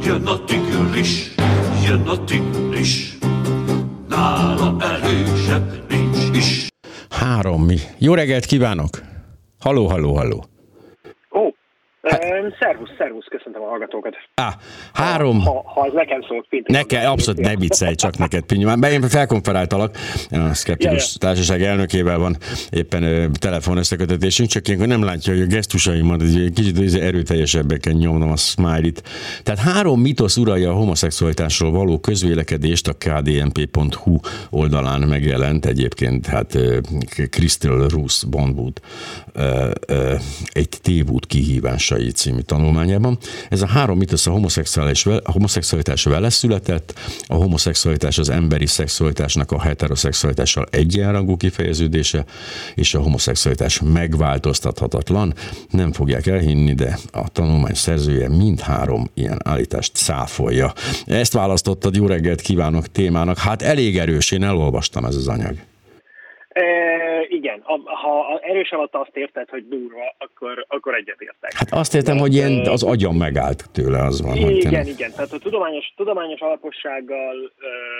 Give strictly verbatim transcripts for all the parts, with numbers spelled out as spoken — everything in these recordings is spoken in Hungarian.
jön a tigris, jön a tigris, nála erősebb nincs is. Három mi. Jó reggelt kívánok! Halló, halló, halló! Ó, hát, szervusz, szervusz, köszöntöm a hallgatókat. Á, három... Ha, ha ez nekem szólt, Pinti. Nekem, abszolút ne viccelj csak neked, Pinti. Már én felkonferáltalak, a Szkeptikus Társaság elnökével van éppen ö, telefon összekötetésünk, csak ilyenkor nem látja, hogy a gesztusaimat egy kicsit erőteljesebben nyomnom a smiley-t. Tehát három mitosz uralja a homoszexualitásról való közvélekedést, a k d n p pont h u oldalán megjelent egyébként, hát Crystal Ruth Bonwood egy tévút kihívásai című tanulmányában. Ez a három mitosz a homoszexuális, a homoszexualitás vele született, a homoszexualitás az emberi szexualitásnak a heteroszexualitással egyenrangú kifejeződése, és a homoszexualitás megváltoztathatatlan. Nem fogják elhinni, de a tanulmány szerzője mindhárom ilyen állítást cáfolja. Ezt választottad, jó reggelt kívánok témának. Hát elég erős, én elolvastam ez az anyag. E, igen, ha erős alatt azt érted, hogy durva, akkor, akkor egyetértek. Hát azt értem, de, hogy ilyen az agyam megállt tőle, az van. Igen, igen, tehát a tudományos, tudományos alapossággal,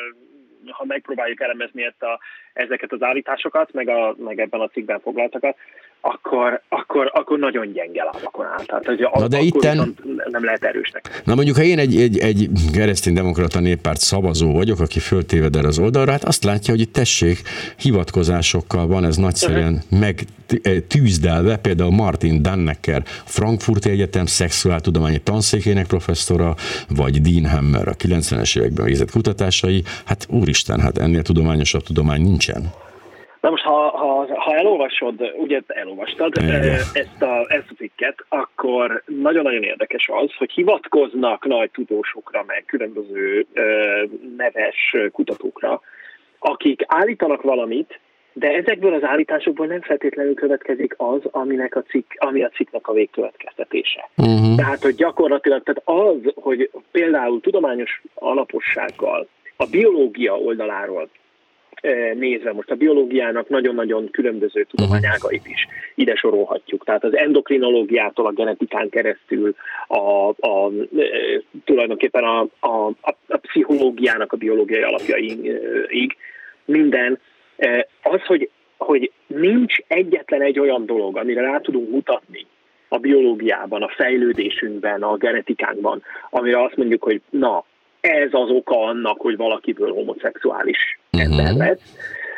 ha megpróbáljuk elemezni ezt a, ezeket az állításokat, meg, a, meg ebben a cikkben foglaltakat, akkor, akkor, akkor nagyon gyenge lábakon áll. Tehát, hogy Na de akkor itten... nem lehet erősnek. Na mondjuk, ha én egy, egy, egy kereszténydemokrata néppárt szavazó vagyok, aki föltéved erre az oldalra, hát azt látja, hogy itt tessék, hivatkozásokkal van ez nagyszerűen uh-huh. megtűzdelve, például Martin Dannecker, Frankfurti Egyetem szexuáltudományi tanszékének professzora, vagy Dean Hammer a kilencvenes években végzett kutatásai. Hát úristen, hát ennél tudományosabb tudomány nincsen. Na most, ha, ha, ha elolvasod, ugye elolvastad ezt a, ezt a cikket, akkor nagyon-nagyon érdekes az, hogy hivatkoznak nagy tudósokra, meg különböző ö, neves kutatókra, akik állítanak valamit, de ezekből az állításokból nem feltétlenül következik az, aminek a cikk, ami a cikknek a végkövetkeztetése. Uh-huh. Tehát, hogy gyakorlatilag tehát az, hogy például tudományos alapossággal a biológia oldaláról nézve, most a biológiának nagyon-nagyon különböző tudományágait is ide sorolhatjuk. Tehát az endokrinológiától a genetikán keresztül a, a, a, tulajdonképpen a, a, a pszichológiának a biológiai alapjaiig minden. Az, hogy, hogy nincs egyetlen egy olyan dolog, amire rá tudunk mutatni a biológiában, a fejlődésünkben, a genetikánkban, amire azt mondjuk, hogy na, ez az oka annak, hogy valakiből homoszexuális ember lesz.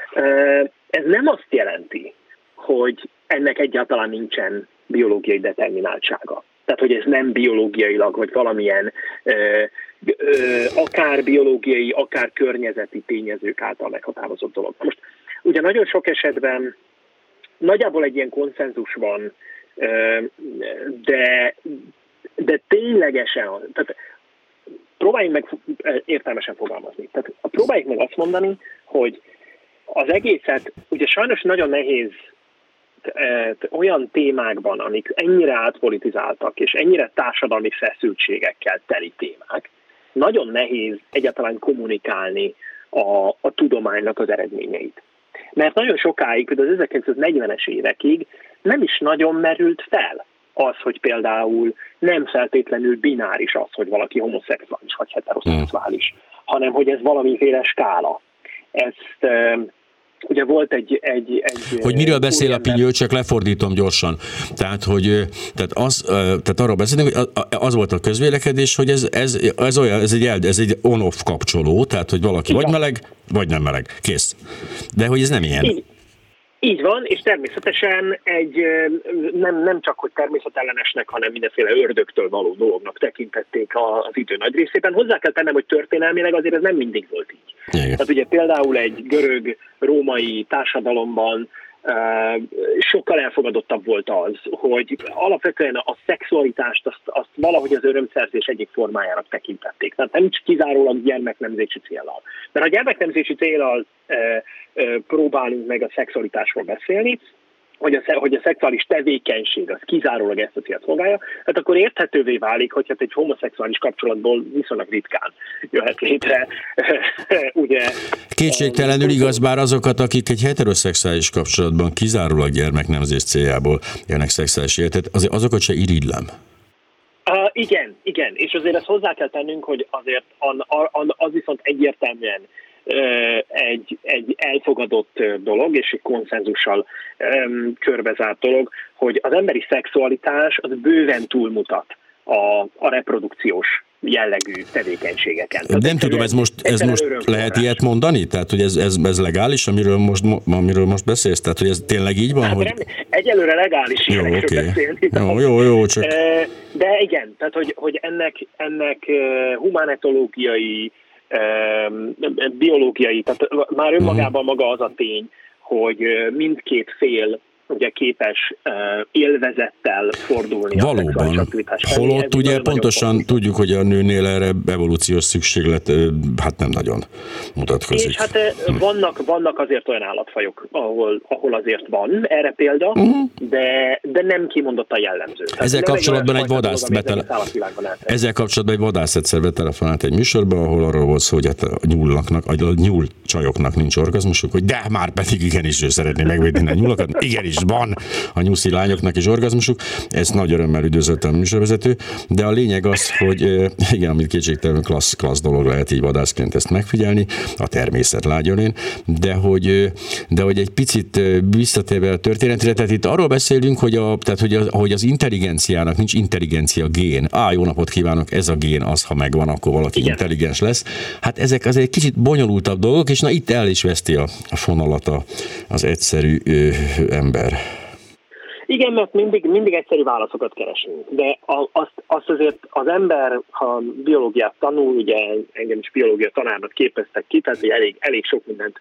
Ez nem azt jelenti, hogy ennek egyáltalán nincsen biológiai determináltsága. Tehát, hogy ez nem biológiailag, vagy valamilyen ö, ö, akár biológiai, akár környezeti tényezők által meghatározott dolog. Most ugye nagyon sok esetben nagyjából egy ilyen konszenzus van, ö, de, de ténylegesen, tehát próbáljunk meg értelmesen fogalmazni. Tehát próbáljuk meg azt mondani, hogy az egészet, ugye sajnos nagyon nehéz e, olyan témákban, amik ennyire átpolitizáltak, és ennyire társadalmi feszültségekkel teli témák, nagyon nehéz egyáltalán kommunikálni a, a tudománynak az eredményeit. Mert nagyon sokáig, például az ezerkilencszáznegyvenes évekig nem is nagyon merült fel az, hogy például nem feltétlenül bináris az, hogy valaki homoszexuális vagy heteroszexuális, mm. hanem hogy ez valamiféle skála. Ezt uh, ugye volt egy... egy, egy hogy miről beszél a Pinyő, csak lefordítom gyorsan. Tehát, hogy tehát, az, tehát arról beszélünk, hogy az volt a közvélekedés, hogy ez, ez, ez olyan, ez egy, ez egy on-off kapcsoló, tehát, hogy valaki Igen. vagy meleg, vagy nem meleg. Kész. De hogy ez nem ilyen. Így. Így van, és természetesen egy nem, nem csak, hogy természetellenesnek, hanem mindenféle ördögtől való dolognak tekintették az idő nagy részében. Hozzá kell tennem, hogy történelmileg azért ez nem mindig volt így. Igen. Tehát ugye például egy görög-római társadalomban uh, sokkal elfogadottabb volt az, hogy alapvetően a szexualitást azt, azt valahogy az örömszerzés egyik formájának tekintették. Tehát nem csak kizárólag gyermeknemzési céllal. Mert ha gyermeknemzési céllal uh, uh, próbálunk meg a szexualitásról beszélni, hogy a, hogy a szexuális tevékenység az kizárólag ezt a célt szolgálja, hát akkor érthetővé válik, hogy hát egy homoszexuális kapcsolatból viszonylag ritkán jöhet létre. Ugye, kétségtelenül igaz, bár azokat, akik egy heteroszexuális kapcsolatban kizárólag gyermeknemzés céljából élnek szexuális életet, az, azokat se irigylem. Uh, Igen, igen, és azért ezt hozzá kell tennünk, hogy azért az viszont egyértelműen egy, egy elfogadott dolog, és egy konszenzussal um, körbezárt dolog, hogy az emberi szexualitás az bőven túlmutat a, a reprodukciós jellegű tevékenységeken. Nem Tehát tudom, ez most, ez most lehet ilyet mondani? Tehát, hogy ez, ez, ez legális, amiről most, amiről most beszélsz? Tehát, hogy ez tényleg így van? Hát, hogy... Egyelőre legális jó, ilyenekről okay. beszélni. Jó, jó, jó, csak... De igen, tehát, hogy, hogy ennek, ennek humánetológiai, biológiai, tehát már önmagában maga az a tény, hogy mindkét fél ugye képes uh, élvezettel fordulni valóban. A szexuális aktivitás felé. Holott ugye pontosan fontos. Tudjuk, hogy a nőnél erre evolúciós szükséglet hát nem nagyon mutatkozik. És hát vannak, vannak azért olyan állatfajok, ahol, ahol azért van erre példa, uh-huh. de, de nem kimondott a jellemző. Ezzel kapcsolatban egy vadász betele... Ezzel kapcsolatban egy vadász egyszer betelefonált egy műsorba, ahol arról volt szó, hogy hát a nyúlnak, a nyúl csajoknak nincs orgazmusuk, hogy de már pedig igenis ő szeretné megvédeni a nyúlakat. Igenis van a nyuszi lányoknak is orgazmusuk. Ezt nagy örömmel üdvözölte a műsorvezető, de a lényeg az, hogy igen, amit kétségtelenül klassz, klassz dolog lehet így vadászként ezt megfigyelni, a természet lágyonén, de hogy, de hogy egy picit visszatérve a történetre, tehát itt arról beszélünk, hogy, a, tehát, hogy, az, hogy az intelligenciának nincs intelligencia gén. Á, jó napot kívánok, ez a gén az, ha megvan, akkor valaki igen. intelligens lesz. Hát ezek azért egy kicsit bonyolultabb dolgok, és na itt el is veszti a, a fonalat az egyszerű ö, ember. Igen, mert mindig, mindig egyszerű válaszokat keresünk, de azt, azt azért az ember, ha biológiát tanul, ugye engem is biológia tanárnak képeztek ki, tehát elég, elég sok mindent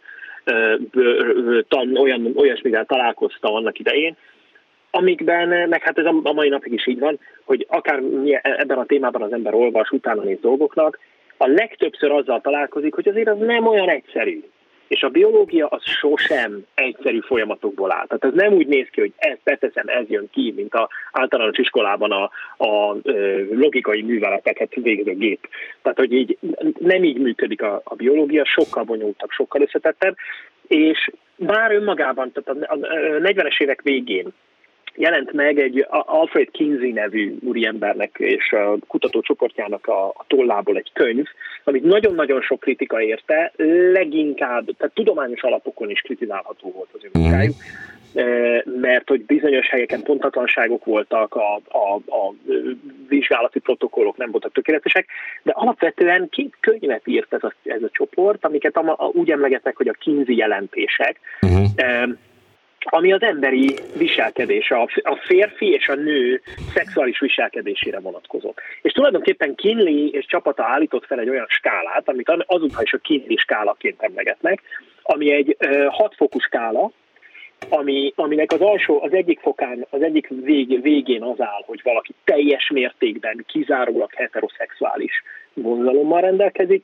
tan, olyan, olyasmivel találkoztam annak idején, amikben, meg hát ez a mai napig is így van, hogy akár ebben a témában az ember olvas, utána néz dolgoknak, a legtöbbször azzal találkozik, hogy azért az nem olyan egyszerű. És a biológia az sosem egyszerű folyamatokból áll. Tehát ez nem úgy néz ki, hogy ezt beteszem, ez jön ki, mint az általános iskolában a, a logikai műveleteket végző gép. Tehát, hogy így nem így működik a, a biológia, sokkal bonyolultabb, sokkal összetettebb, és már önmagában, tehát a negyvenes évek végén jelent meg egy Alfred Kinsey nevű úriembernek és a kutatócsoportjának a, a tollából egy könyv, amit nagyon-nagyon sok kritika érte, leginkább, tehát tudományos alapokon is kritizálható volt az ő munkájuk, mert hogy bizonyos helyeken pontatlanságok voltak, a, a, a vizsgálati protokollok nem voltak tökéletesek, de alapvetően két könyvet írt ez a, ez a csoport, amiket a, a, úgy emlegetnek, hogy a Kinsey jelentések, uh-huh. ami az emberi viselkedés, a férfi és a nő szexuális viselkedésére vonatkozott. És tulajdonképpen Kinley és csapata állított fel egy olyan skálát, amit azután is a Kinley skálaként emlegetnek, ami egy hatfokú skála, ami, aminek az alsó, az egyik fokán, az egyik vég, végén az áll, hogy valaki teljes mértékben kizárólag heteroszexuális vonzalommal rendelkezik,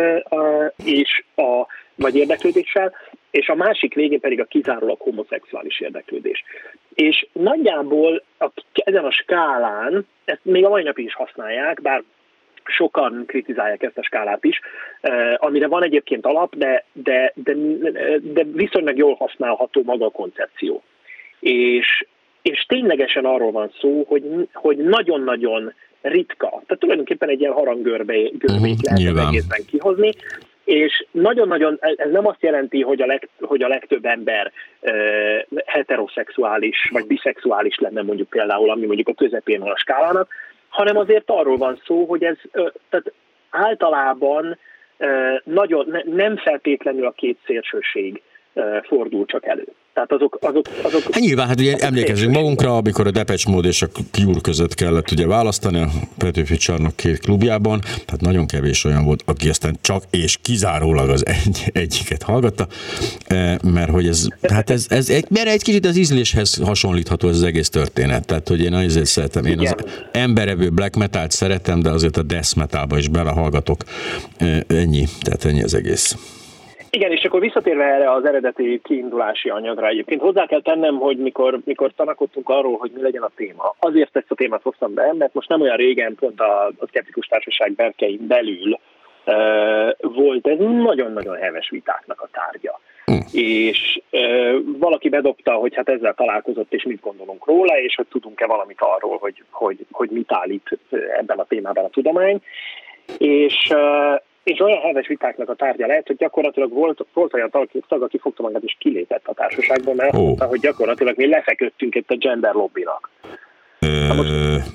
és a, vagy érdeklődéssel, és a másik végén pedig a kizárólag homoszexuális érdeklődés. És nagyjából a, ezen a skálán, ezt még a mai napig is használják, bár sokan kritizálják ezt a skálát is, amire van egyébként alap, de, de, de, de viszonylag jól használható maga a koncepció. És, és ténylegesen arról van szó, hogy, hogy nagyon-nagyon ritka, tehát tulajdonképpen egy ilyen haranggörbét uh-huh, lehet egészen kihozni, és nagyon-nagyon, ez nem azt jelenti, hogy a, leg, hogy a legtöbb ember uh, heteroszexuális vagy biszexuális lenne mondjuk például, ami mondjuk a közepén van a skálának, hanem azért arról van szó, hogy ez uh, tehát általában uh, nagyon, ne, nem feltétlenül a két szélsőség uh, fordul csak elő. Tehát azok, azok, azok hát nyilván, hát ugye emlékezzünk magunkra, amikor a Depeche Mode és a Cure között kellett ugye választani a Petőfi Csarnok két klubjában, tehát nagyon kevés olyan volt, aki aztán csak és kizárólag az egy, egyiket hallgatta, mert hogy ez, hát ez, ez egy, mert egy kicsit az ízléshez hasonlítható ez az egész történet, tehát hogy én azért szeretem, én az emberevő black metalt szeretem, de azért a death metalba is belehallgatok, ennyi, tehát ennyi az egész. Igen, és akkor visszatérve erre az eredeti kiindulási anyagra, egyébként hozzá kell tennem, hogy mikor, mikor tanakodtunk arról, hogy mi legyen a téma, azért ezt a témát hoztam be, mert most nem olyan régen pont a, a Szkeptikus Társaság berkein belül uh, volt ez nagyon-nagyon heves vitáknak a tárgya. Mm. És ö, valaki bedobta, hogy hát ezzel találkozott, és mit gondolunk róla, és hogy tudunk-e valamit arról, hogy, hogy, hogy mit állít ebben a témában a tudomány. És, ö, és olyan heves vitáknak a tárgya lehet, hogy gyakorlatilag volt, volt olyan tag, tag, aki fogta magát és kilépett a társaságból, mert azt mondta, hogy gyakorlatilag mi lefeküdtünk itt a gender lobbynak. Most,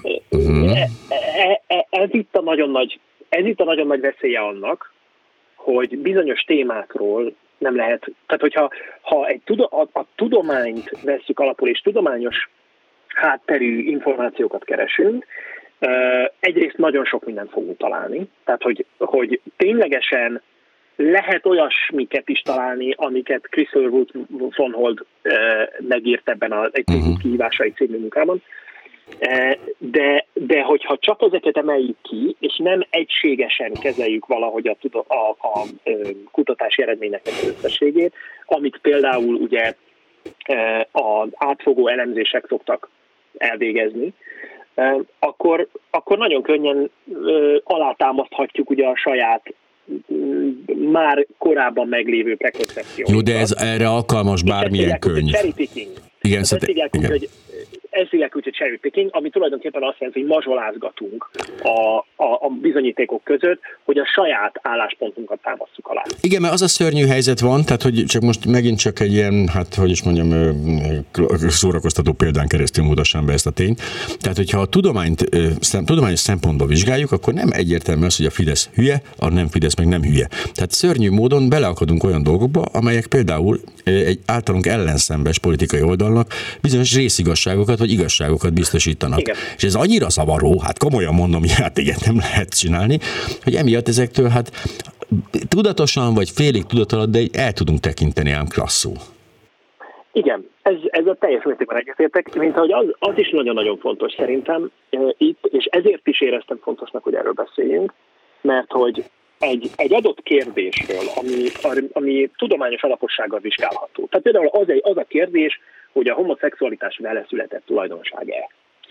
ez itt a nagyon nagy, ez itt a nagyon nagy veszélye annak, hogy bizonyos témákról nem lehet, tehát hogyha ha egy, a, a tudományt vesszük alapul, és tudományos hátterű információkat keresünk, egyrészt nagyon sok mindent fogunk találni, tehát hogy, hogy ténylegesen lehet olyasmiket is találni, amiket Christopher von Hold megírt ebben az Egy uh-huh. kihívásai című munkában, de, de hogyha csak ezeket emeljük ki, és nem egységesen kezeljük valahogy a, a, a, a kutatási eredményeknek az összességét, amit például ugye az átfogó elemzések szoktak elvégezni, akkor, akkor nagyon könnyen alátámaszthatjuk ugye a saját már korábban meglévő prekoncepciókat. Jó, de ez erre alkalmas bármilyen könyv. Igen, ezt hívják úgy, hogy ezt hívják úgy, hogy cherry picking, ami tulajdonképpen azt jelenti, hogy mazsolázgatunk a, a, a bizonyítékok között, hogy a saját álláspontunkat támasztjuk alá. Igen, mert az a szörnyű helyzet van, tehát hogy csak most megint csak egy ilyen, hát hogy is mondjam, szórakoztató példán keresztül mutassam be ezt a tényt. Tehát, hogyha a tudományt, szem, tudományos szempontból vizsgáljuk, akkor nem egyértelmű az, hogy a Fidesz hülye, a nem Fidesz meg nem hülye. Tehát szörnyű módon beleakadunk olyan dolgokba, amelyek például egy általunk ellenszembes politikai oldalnak bizonyos részigazságokat vagy igazságokat biztosítanak. Igen. És ez annyira zavaró, hát komolyan mondom, hogy hát igen, nem lehet csinálni, hogy emiatt ezektől hát tudatosan vagy félig tudat alatt, de el tudunk tekinteni ám klasszul. Igen, ez, ez a teljes mértékben egyetértek, mint ahogy az, az is nagyon-nagyon fontos szerintem e, itt, és ezért is éreztem fontosnak, hogy erről beszéljünk, mert hogy egy, egy adott kérdésről, ami, ami tudományos alapossággal vizsgálható. Tehát például az, egy, az a kérdés, hogy a homoszexualitás vele született tulajdonság-e.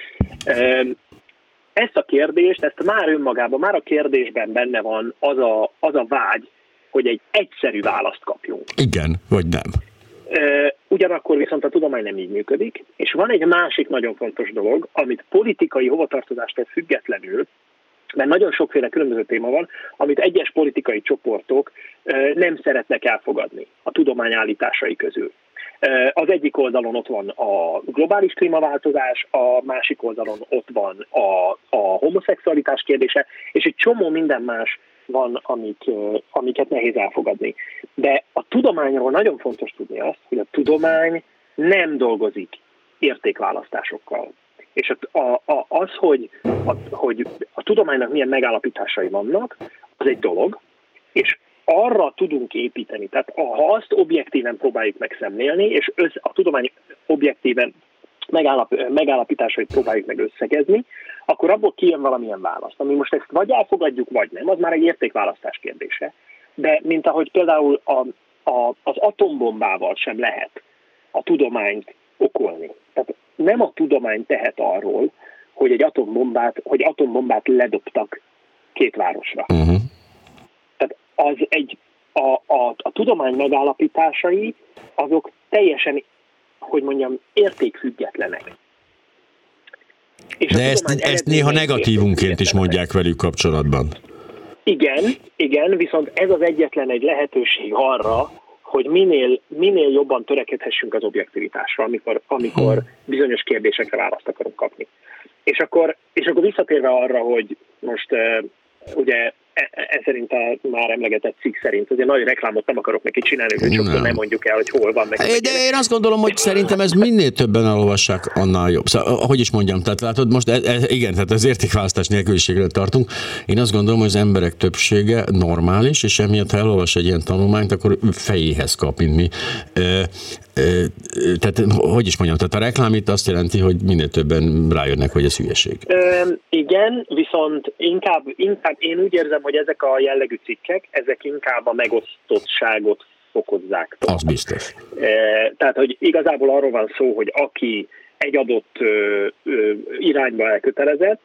Ezt a kérdést, ezt már önmagában, már a kérdésben benne van az a, az a vágy, hogy egy egyszerű választ kapjunk. Igen, vagy nem. Ugyanakkor viszont a tudomány nem így működik, és van egy másik nagyon fontos dolog, amit politikai hovatartozástól függetlenül, mert nagyon sokféle különböző téma van, amit egyes politikai csoportok nem szeretnek elfogadni a tudomány állításai közül. Az egyik oldalon ott van a globális klímaváltozás, a másik oldalon ott van a, a homoszexualitás kérdése, és egy csomó minden más van, amik, amiket nehéz elfogadni. De a tudományról nagyon fontos tudni azt, hogy a tudomány nem dolgozik értékválasztásokkal. És a, a, az, hogy a, hogy a tudománynak milyen megállapításai vannak, az egy dolog, és arra tudunk építeni. Tehát ha azt objektíven próbáljuk megszemlélni, és össz, a tudomány objektíven megállap, megállapításait próbáljuk meg összegezni, akkor abból kijön valamilyen választ. Ami most ezt vagy elfogadjuk, vagy nem, az már egy értékválasztás kérdése. De mint ahogy például a, a, az atombombával sem lehet a tudományt okolni. Tehát nem a tudomány tehet arról, hogy egy atombombát, hogy atombombát ledobtak két városra. Uh-huh. Tehát az egy, a, a, a tudomány megállapításai, azok teljesen, hogy mondjam, értékfüggetlenek. És de ezt, ezt néha negatívunként is mondják velük kapcsolatban. Igen, igen, viszont ez az egyetlen egy lehetőség arra, hogy minél, minél jobban törekedhessünk az objektivitásra, amikor, amikor bizonyos kérdésekre választ akarunk kapni. És akkor, és akkor visszatérve arra, hogy most uh, ugye ez szerint a már emlegetett cikk szerint, azért nagy reklámot nem akarok neki csinálni, hogy sokszor nem. nem mondjuk el, hogy hol van meg. De én azt gondolom, hogy szerintem ez minél többen elolvassák, annál jobb. Szóval, hogy is mondjam, tehát látod, most ez, ez, igen, tehát az értékválasztás nélküliségről tartunk. Én azt gondolom, hogy az emberek többsége normális, és emiatt, ha elolvas egy ilyen tanulmányt, akkor fejéhez kap, mint mi. E, tehát, hogy is mondjam, tehát a reklám itt azt jelenti, hogy minél többen rájönnek, hogy ez hülyeség. Ö, igen, viszont inkább, inkább én úgy érzem, hogy ezek a jellegű cikkek, ezek inkább a megosztottságot fokozzák. Az biztos. E, tehát, hogy igazából arról van szó, hogy aki egy adott ö, ö, irányba elkötelezett,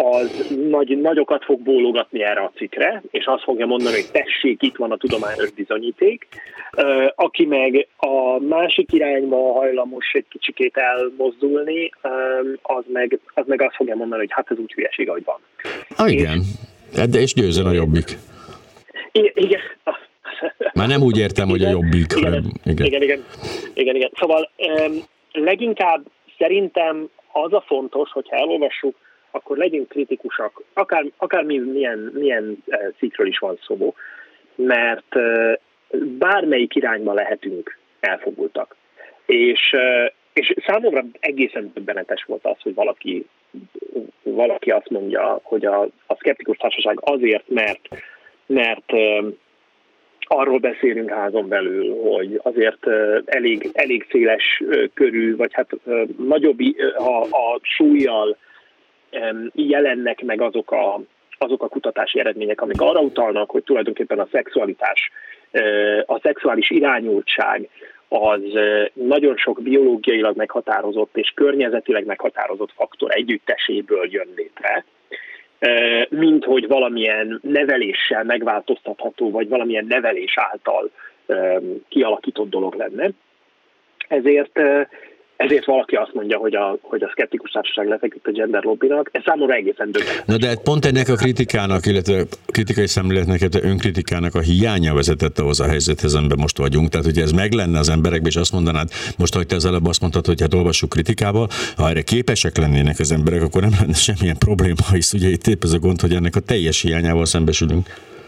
az nagy, nagyokat fog bólogatni erre a cikkre, és azt fogja mondani, hogy tessék, itt van a tudományos bizonyíték. Aki meg a másik irányba hajlamos egy kicsikét elmozdulni, az meg, az meg azt fogja mondani, hogy hát ez úgy hülyeség, ahogy van. Ah, igen, és, de és győzön a Jobbik. Igen. Már nem úgy értem, igen, hogy a Jobbik. Igen, hanem, igen. igen, igen, igen, igen. Szóval leginkább szerintem az a fontos, hogyha elolvassuk, akkor legyünk kritikusak, akár, akár milyen, milyen cikkről is van szó, mert bármelyik irányba lehetünk elfogultak. És, és számomra egészen döbbenetes volt az, hogy valaki, valaki azt mondja, hogy a, a szkeptikus társaság azért, mert, mert arról beszélünk házon belül, hogy azért elég, elég széles körű, vagy hát nagyobb a, a súlyjal jelennek meg azok a, azok a kutatási eredmények, amik arra utalnak, hogy tulajdonképpen a szexualitás, a szexuális irányultság az nagyon sok biológiailag meghatározott és környezetileg meghatározott faktor együtteséből jön létre, mint hogy valamilyen neveléssel megváltoztatható, vagy valamilyen nevelés által kialakított dolog lenne. Ezért, ezért valaki azt mondja, hogy a, hogy a szkeptikus társaság lefeküdt a gender lobbynak. Ez számomra egészen döbbenetes. Na de pont ennek a kritikának, illetve a kritikai szemléletnek, illetve önkritikának a hiánya vezetett ahhoz a helyzethez, amiben most vagyunk. Tehát, hogyha ez meg lenne az emberekben, és azt mondanád, most, hogy te az előbb azt mondtad, hogy hát olvassuk kritikával, ha erre képesek lennének az emberek, akkor nem lenne semmilyen probléma, hisz ugye itt épp ez a gond, hogy ennek a teljes hiányával szembesülünk.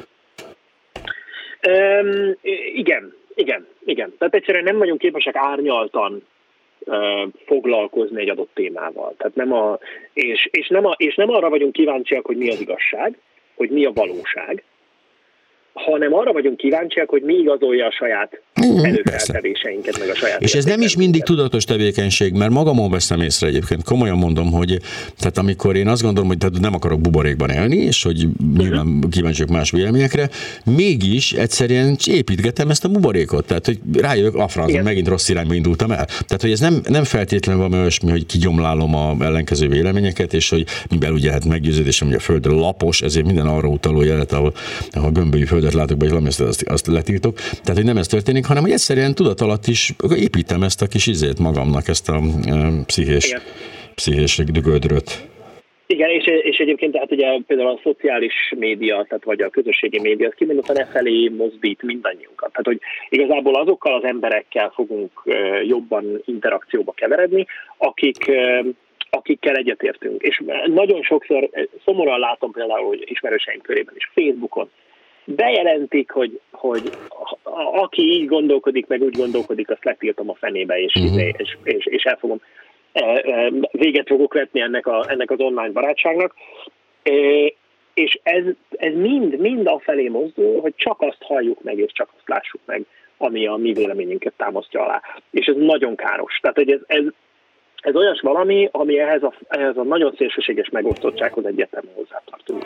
Um, igen, igen, igen. Tehát egyszerűen nem vagyunk képesek árnyaltan foglalkozni egy adott témával. Tehát nem a, és, és, nem a, és nem arra vagyunk kíváncsiak, hogy mi az igazság, hogy mi a valóság, hanem arra vagyunk kíváncsiak, hogy mi igazolja a saját előfeltevéseinket, meg a saját. És ez nem is mindig tudatos tevékenység, mert magamon veszem észre egyébként. Komolyan mondom, hogy tehát amikor én azt gondolom, hogy tehát nem akarok buborékban élni, és hogy nyilván uh-huh. kíváncsiak más véleményekre, mégis egyszerűen építgetem ezt a buborékot. Tehát, hogy rájövök, a francon, megint rossz irányba indultam el. Tehát, hogy ez nem, nem feltétlenül valami olyasmi, hogy kigyomlálom a ellenkező véleményeket, és hogy mivel ugye hát meggyőződésem, hogy a föld lapos, ezért minden arra utaló jelet, ahol, ahol gömbölyű földet látok, vagy valami, azt, azt letiltok. Tehát, hogy nem ez történik, hanem hogy egyszerűen tudat alatt is építem ezt a kis izét magamnak, ezt a e, pszichés, pszichés gödröt. Igen, és, és egyébként tehát ugye például a szociális média, tehát vagy a közösségi média, az kimondottan e felé mozdít mindannyiunkat. Tehát, hogy igazából azokkal az emberekkel fogunk jobban interakcióba keveredni, akik, akikkel egyetértünk. És nagyon sokszor szomorúan látom például, hogy ismerőseim körében is, Facebookon, bejelentik, hogy, hogy aki így gondolkodik, meg úgy gondolkodik, azt letiltom a fenébe, és, uh-huh. és, és, és el fogom, véget fogok vetni ennek, a, ennek az online barátságnak. És ez, ez mind, mind afelé mozdul, hogy csak azt halljuk meg, és csak azt lássuk meg, ami a mi véleményünket támasztja alá. És ez nagyon káros. Tehát, hogy ez, ez, ez olyas valami, ami ehhez a, ehhez a nagyon szélsőséges megosztottsághoz egyértelműen hozzátartozik.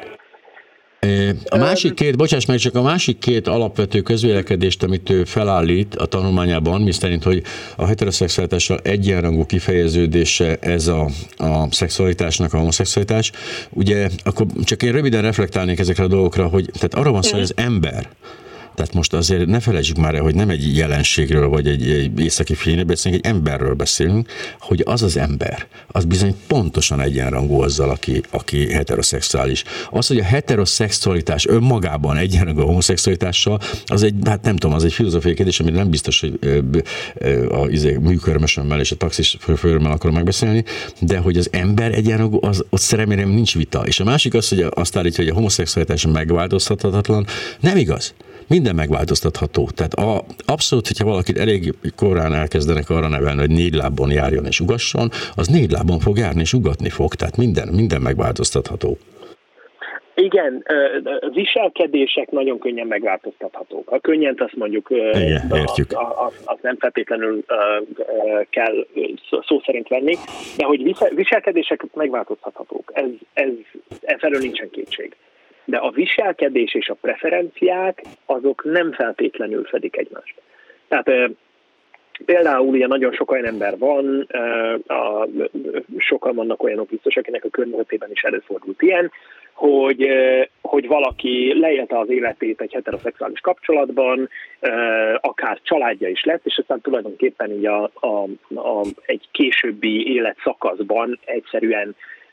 A másik két, bocsáss meg, csak a másik két alapvető közvélekedést, amit ő felállít a tanulmányában, miszerint, hogy a heteroszexualitással egyenrangú kifejeződése ez a, a szexualitásnak, a homoszexualitás. Ugye, akkor csak én röviden reflektálnék ezekre a dolgokra, hogy tehát arra van szó, hogy az ember, tehát most azért ne felejtsük már el, hogy nem egy jelenségről, vagy egy, egy északi fényről beszélünk, egy emberről beszélünk, hogy az az ember, az bizony pontosan egyenrangú azzal, aki, aki heteroszexuális. Az, hogy a heteroszexualitás önmagában egyenrangú a homoszexualitással, az egy, hát nem tudom, az egy filozófiai kérdés, amit nem biztos, hogy a, a műkörmösömmel és a taxis főrömmel akarom megbeszélni, de hogy az ember egyenrangú, az, ott szeremélem nincs vita. És a másik az, hogy azt állítja, hogy a homoszexualitás megváltoztathatatlan, nem igaz. Minden megváltoztatható. Tehát a, abszolút, hogyha valakit elég korán elkezdenek arra nevelni, hogy négy lábon járjon és ugasson, az négy lábon fog járni és ugatni fog. Tehát minden, minden megváltoztatható. Igen, viselkedések nagyon könnyen megváltoztathatók. A könnyen azt mondjuk, igen, értjük. Azt az nem feltétlenül kell szó szerint venni, de hogy viselkedések megváltoztathatók. Ez, ez, ez erről nincsen kétség. De a viselkedés és a preferenciák, azok nem feltétlenül fedik egymást. Tehát Például ugye nagyon sok olyan ember van, a, sokan vannak olyanok biztos, akinek a környezetében is előfordult ilyen, hogy, hogy valaki leélte az életét egy heteroszexuális kapcsolatban, akár családja is lett, és aztán tulajdonképpen így a, a, a, egy későbbi életszakaszban egyszerűen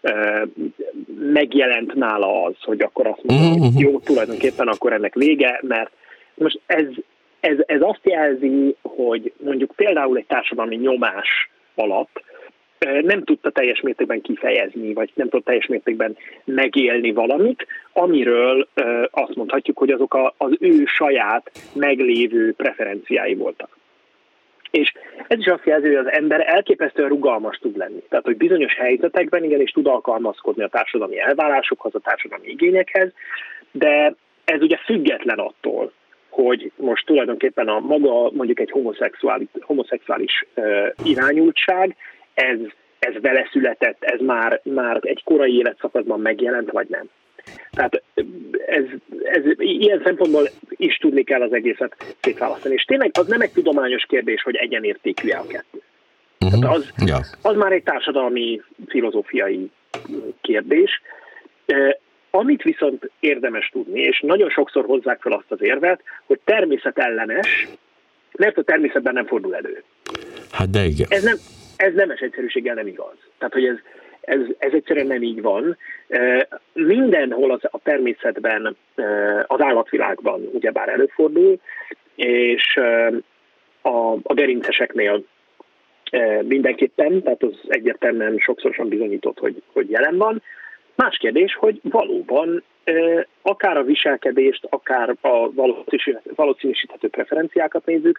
megjelent nála az, hogy akkor azt mondja, hogy jó, tulajdonképpen akkor ennek vége, mert most ez Ez, ez azt jelzi, hogy mondjuk például egy társadalmi nyomás alatt nem tudta teljes mértékben kifejezni, vagy nem tudta teljes mértékben megélni valamit, amiről azt mondhatjuk, hogy azok a, az ő saját meglévő preferenciái voltak. És ez is azt jelzi, hogy az ember elképesztően rugalmas tud lenni. Tehát, hogy bizonyos helyzetekben igenis tud alkalmazkodni a társadalmi elvárásokhoz, a társadalmi igényekhez, de ez ugye független attól, hogy most tulajdonképpen a maga mondjuk egy homoszexuális, homoszexuális uh, irányultság, ez, ez vele született, ez már, már egy korai életszakaszban megjelent, vagy nem. Tehát ez, ez, ilyen szempontból is tudni kell az egészet szétválasztani. És tényleg az nem egy tudományos kérdés, hogy egyenértékű-e a kettő. Uh-huh. Tehát az, ja. az már egy társadalmi, filozófiai kérdés. Uh, Amit viszont érdemes tudni, és nagyon sokszor hozzák fel azt az érvet, hogy természetellenes, mert a természetben nem fordul elő. Hát de igen. Ez, nem, ez nemes egyszerűséggel nem igaz. Tehát, hogy ez, ez, ez egyszerűen nem így van. Mindenhol az, a természetben, az állatvilágban ugyebár előfordul, és a, a gerinceseknél mindenképpen, tehát az egyértelműen sokszorosan bizonyított, hogy, hogy jelen van. Más kérdés, hogy valóban akár a viselkedést, akár a valószínűsíthető preferenciákat nézzük,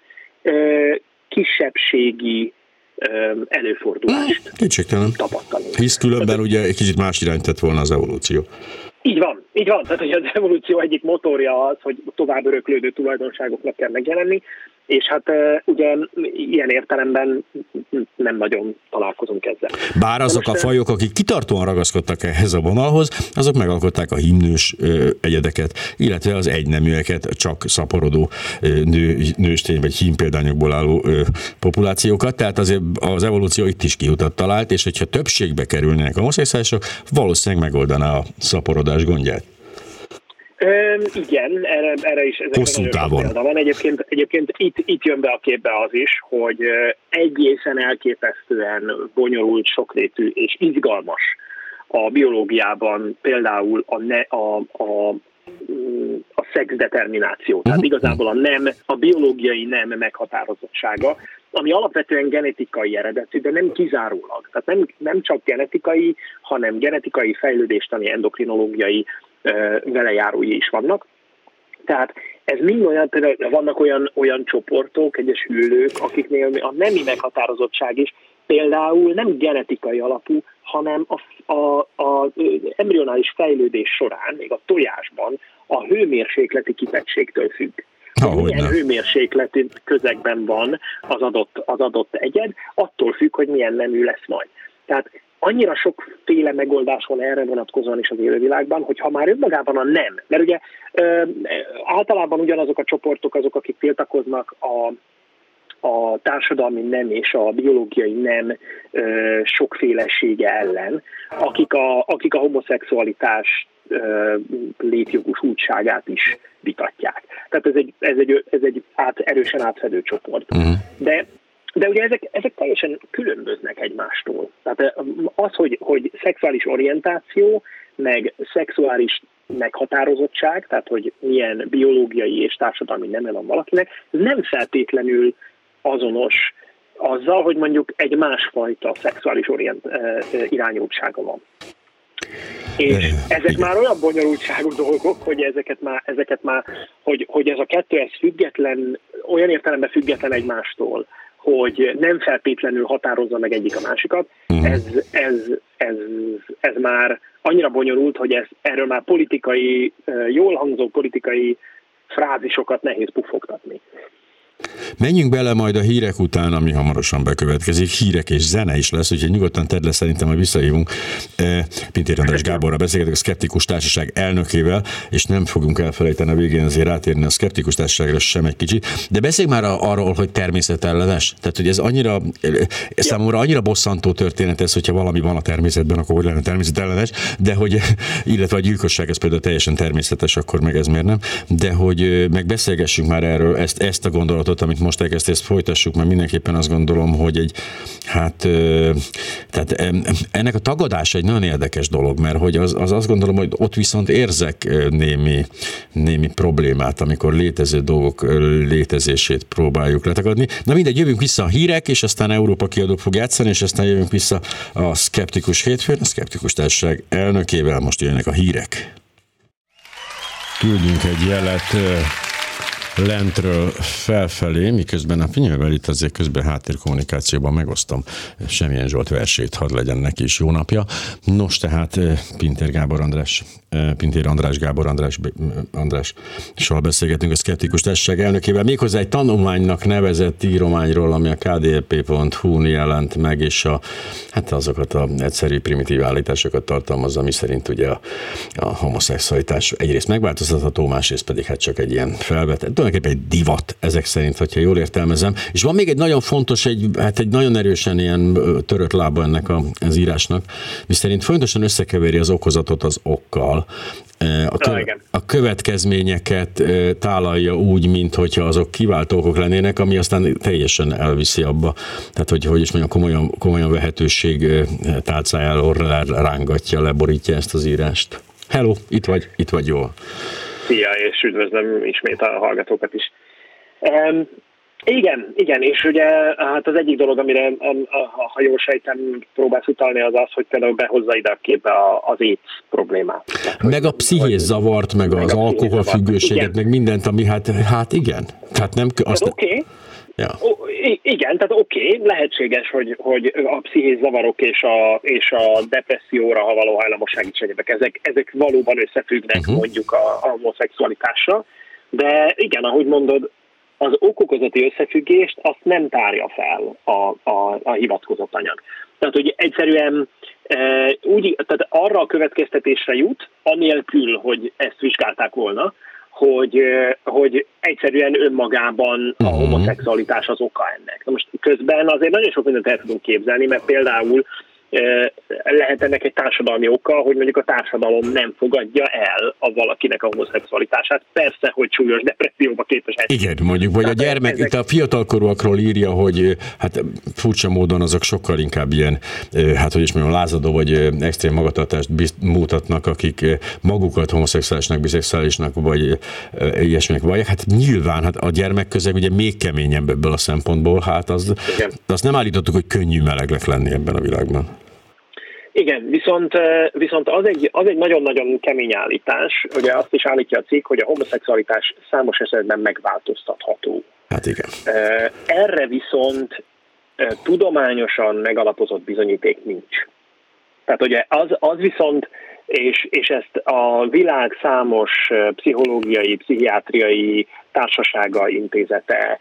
kisebbségi előfordulást tapasztalunk. Hisz különben ugye egy kicsit más irányt tett volna az evolúció. Így van, így van. Tehát, hogy az evolúció egyik motorja az, hogy tovább öröklődő tulajdonságoknak kell megjelenni, és hát ugye ilyen értelemben nem nagyon találkozunk ezzel. Bár azok a fajok, akik kitartóan ragaszkodtak ehhez a vonalhoz, azok megalkották a himnős egyedeket, illetve az egyneműeket, csak szaporodó nő, nőstény vagy hímpéldányokból álló populációkat, tehát azért az evolúció itt is kiutat talált, és hogyha többségbe kerülnének a homoszexuálisok, valószínűleg megoldaná a szaporodás gondját. Üm, igen, erre, erre is hosszú távon van. Egyébként, egyébként itt, itt jön be a képbe az is, hogy egészen elképesztően bonyolult, sokrétű és izgalmas a biológiában például a, ne, a, a, a szexdetermináció. Tehát igazából a nem, a biológiai nem meghatározottsága, ami alapvetően genetikai eredetű, de nem kizárólag. Tehát nem, nem csak genetikai, hanem genetikai fejlődéstani, endokrinológiai velejárói is vannak. Tehát ez mind olyan, például vannak olyan, olyan csoportok, egyes hüllők, akiknél a nemi meghatározottság is például nem genetikai alapú, hanem a, a, a embrionális fejlődés során, még a tojásban a hőmérsékleti kitettségtől függ. Oh, milyen hőmérsékleti közegben van az adott, az adott egyed, attól függ, hogy milyen nemű lesz majd. Tehát annyira sokféle megoldás van erre vonatkozóan is az élővilágban, hogy ha már önmagában a nem, mert ugye ö, általában ugyanazok a csoportok azok, akik tiltakoznak a, a társadalmi nem és a biológiai nem ö, sokfélesége ellen, akik a, akik a homoszexualitás ö, létjogosultságát is vitatják. Tehát ez egy, ez egy, ez egy át, erősen átfedő csoport. De De ugye ezek, ezek teljesen különböznek egymástól. Tehát az, hogy, hogy szexuális orientáció, meg szexuális meghatározottság, tehát hogy milyen biológiai és társadalmi neme van valakinek, ez nem feltétlenül azonos azzal, hogy mondjuk egy másfajta szexuális orient, irányultsága van. És ezek már olyan bonyolultságú dolgok, hogy ezeket már, ezeket már hogy, hogy ez a kettő ez független, olyan értelemben független egymástól, hogy nem feltétlenül határozza meg egyik a másikat, ez, ez, ez, ez már annyira bonyolult, hogy ez, erről már politikai, jól hangzó politikai frázisokat nehéz puffogtatni. Menjünk bele majd a hírek után, ami hamarosan bekövetkezik. Hírek és zene is lesz, úgyhogy nyugodtan tedd le, szerintem, hogy visszahívunk. Pintér András Gáborral beszélgetek, a Szkeptikus Társaság elnökével, és nem fogunk elfelejteni a végén azért rátérni a Szkeptikus Társaságra sem egy kicsit. De beszélj már arról, hogy természetellenes. Tehát, hogy ez annyira, ez számomra annyira bosszantó történet ez, hogyha valami van a természetben, akkor hogy lenne természetellenes, de hogy, illetve a gyilkosság, ez például teljesen természetes, akkor meg ez miért nem. De hogy meg beszélgessünk már erről, ezt, ezt a gondolatot, amit most elkezdte, ezt folytassuk, mert mindenképpen azt gondolom, hogy egy, hát, tehát ennek a tagadása egy nagyon érdekes dolog, mert hogy az, az azt gondolom, hogy ott viszont érzek némi, némi problémát, amikor létező dolgok létezését próbáljuk letagadni. Na mindegy, jövünk vissza a hírek, és aztán Európa Kiadók fog játszani, és aztán jövünk vissza a Szkeptikus Hétfőn, a Szkeptikus Társaság elnökével. Most jönnek a hírek. Küldjünk egy jelet lentről felfelé, miközben a Finyővel itt azért közben háttérkommunikációban megosztom Semmilyen Zsolt versét, hadd legyen neki is jó napja. Nos, tehát Pintér Gábor András, Pintér András Gábor András, Andrással beszélgetünk, a Szkeptikus Társaság elnökével, méghozzá egy tanulmánynak nevezett írományról, ami a ká dé é pé pont hú-n jelent meg, és a, hát azokat a egyszerű primitív állításokat tartalmazza, ami szerint ugye a, a homoszexualitás egyrészt megváltoztatható, másrészt pedig hát csak egy ilyen felvetett, tulajdonképpen egy divat ezek szerint, hogyha jól értelmezem. És van még egy nagyon fontos, egy, hát egy nagyon erősen ilyen törött lába ennek a, az írásnak, miszerint fontosan összekeveri az okozatot az okkal. A, kö, a következményeket tálalja úgy, mint hogyha azok kiváltó okok lennének, ami aztán teljesen elviszi abba. Tehát, hogy, hogy is mondjam, komolyan, komolyan vehetőség tálcájáról rángatja, leborítja ezt az írást. Hello, itt vagy, itt vagy jól. Szia, és üdvözlöm ismét a hallgatókat is. Um, igen, igen, és ugye hát az egyik dolog, amire, ha jól sejtem, próbálsz utalni, az az, hogy például behozza ide a képbe az AIDS problémát. Tehát, meg a pszichés zavart, meg, meg az alkoholfüggőséget, meg mindent, ami hát, hát igen. Tehát nem... Azt... Oké. Okay. Ja. O, igen, tehát oké, okay, lehetséges, hogy, hogy a pszichés zavarok és a, és a depresszióra, ha való hajlamosság is egyébek, ezek, ezek valóban összefüggnek uh-huh. mondjuk a, a homoszexualitással, de igen, ahogy mondod, az okokozati összefüggést azt nem tárja fel a, a, a hivatkozott anyag. Tehát, hogy egyszerűen e, úgy, tehát arra a következtetésre jut, anélkül, hogy ezt vizsgálták volna, hogy, hogy egyszerűen önmagában a homoszexualitás az oka ennek. Na most közben azért nagyon sok mindent el tudunk képzelni, mert például lehet ennek egy társadalmi oka, hogy mondjuk a társadalom nem fogadja el a valakinek a homoszexualitását. Persze, hogy súlyos depresszióba képes. Igen, mondjuk, vagy a gyermek, ezek... itt a fiatalkorúakról írja, hogy hát furcsa módon azok sokkal inkább ilyen, hát hogy is mondjam, lázadó vagy extrém magatartást mutatnak, akik magukat homoszexuálisnak, biszexuálisnak, vagy ilyesminek vallják. Hát nyilván hát a gyermekközeg ugye még keményebb ebből a szempontból, hát az, azt nem állítottuk, hogy könnyű melegnek lenni ebben a világban. Igen, viszont, viszont az, egy, az egy nagyon-nagyon kemény állítás, ugye azt is állítja a cikk, hogy a homoszexualitás számos esetben megváltoztatható. Hát igen. Erre viszont tudományosan megalapozott bizonyíték nincs. Tehát ugye az, az viszont, és, és ezt a világ számos pszichológiai, pszichiátriai társasága, intézete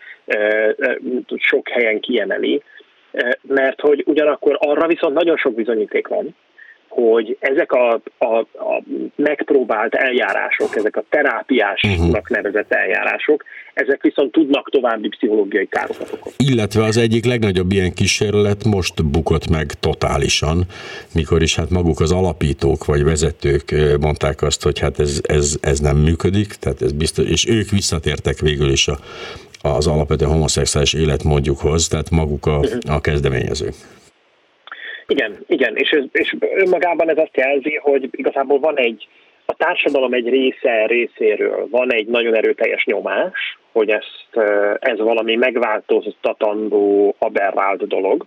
sok helyen kiemeli, mert hogy ugyanakkor arra viszont nagyon sok bizonyíték van, hogy ezek a, a, a megpróbált eljárások, ezek a terápiásnak nevezett eljárások, ezek viszont tudnak további pszichológiai károkat okozni. Illetve az egyik legnagyobb ilyen kísérlet most bukott meg totálisan, mikor is hát maguk az alapítók vagy vezetők mondták azt, hogy hát ez, ez, ez nem működik, tehát ez biztos, és ők visszatértek végül is a az alapvető homoszexuális életmódjukhoz, tehát maguk a, a kezdeményezők. Igen, igen, és, ez, és önmagában ez azt jelzi, hogy igazából van egy, a társadalom egy része részéről van egy nagyon erőteljes nyomás, hogy ezt, ez valami megváltoztatandó, aberrált dolog,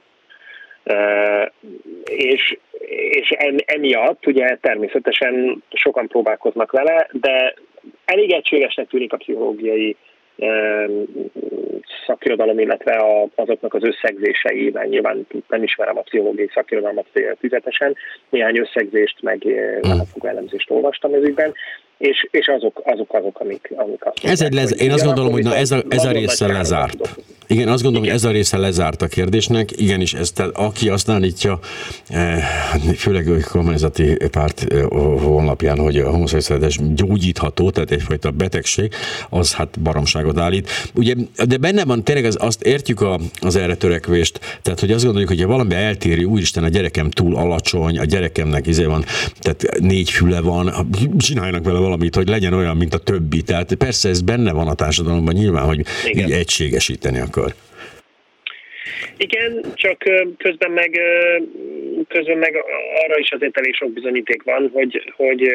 és, és emiatt ugye természetesen sokan próbálkoznak vele, de elég egységesnek tűnik a pszichológiai szakirodalom, illetve a, azoknak az összegzései, mert nyilván nem ismerem a pszichológiai szakirodalmat tüzetesen, néhány összegzést, meg átfogó elemzést olvastam ez ügyben, és, és azok, azok azok, amik, amik azt ez egy lez, Én azt gondolom, hogy na ez a, ez a része lezárt. Igen, azt gondolom, hogy ez a része lezárt a kérdésnek. Igenis, ezt, aki azt állítja, főleg a kormányzati párt honlapján, hogy a homoszexualitás gyógyítható, tehát egyfajta betegség, az hát baromságot állít. Ugye, de benne van, tényleg az, azt értjük a, az erre törekvést, tehát hogy azt gondoljuk, hogy ha valami eltéri, úristen, a gyerekem túl alacsony, a gyerekemnek izé van, tehát négy füle van, csináljanak vele valamit, hogy legyen olyan, mint a többi. Tehát persze ez benne van a társadalomban nyilván, hogy igen, így egységesíteni akar. Igen, csak közben meg, közben meg arra is azért elég sok bizonyíték van, hogy, hogy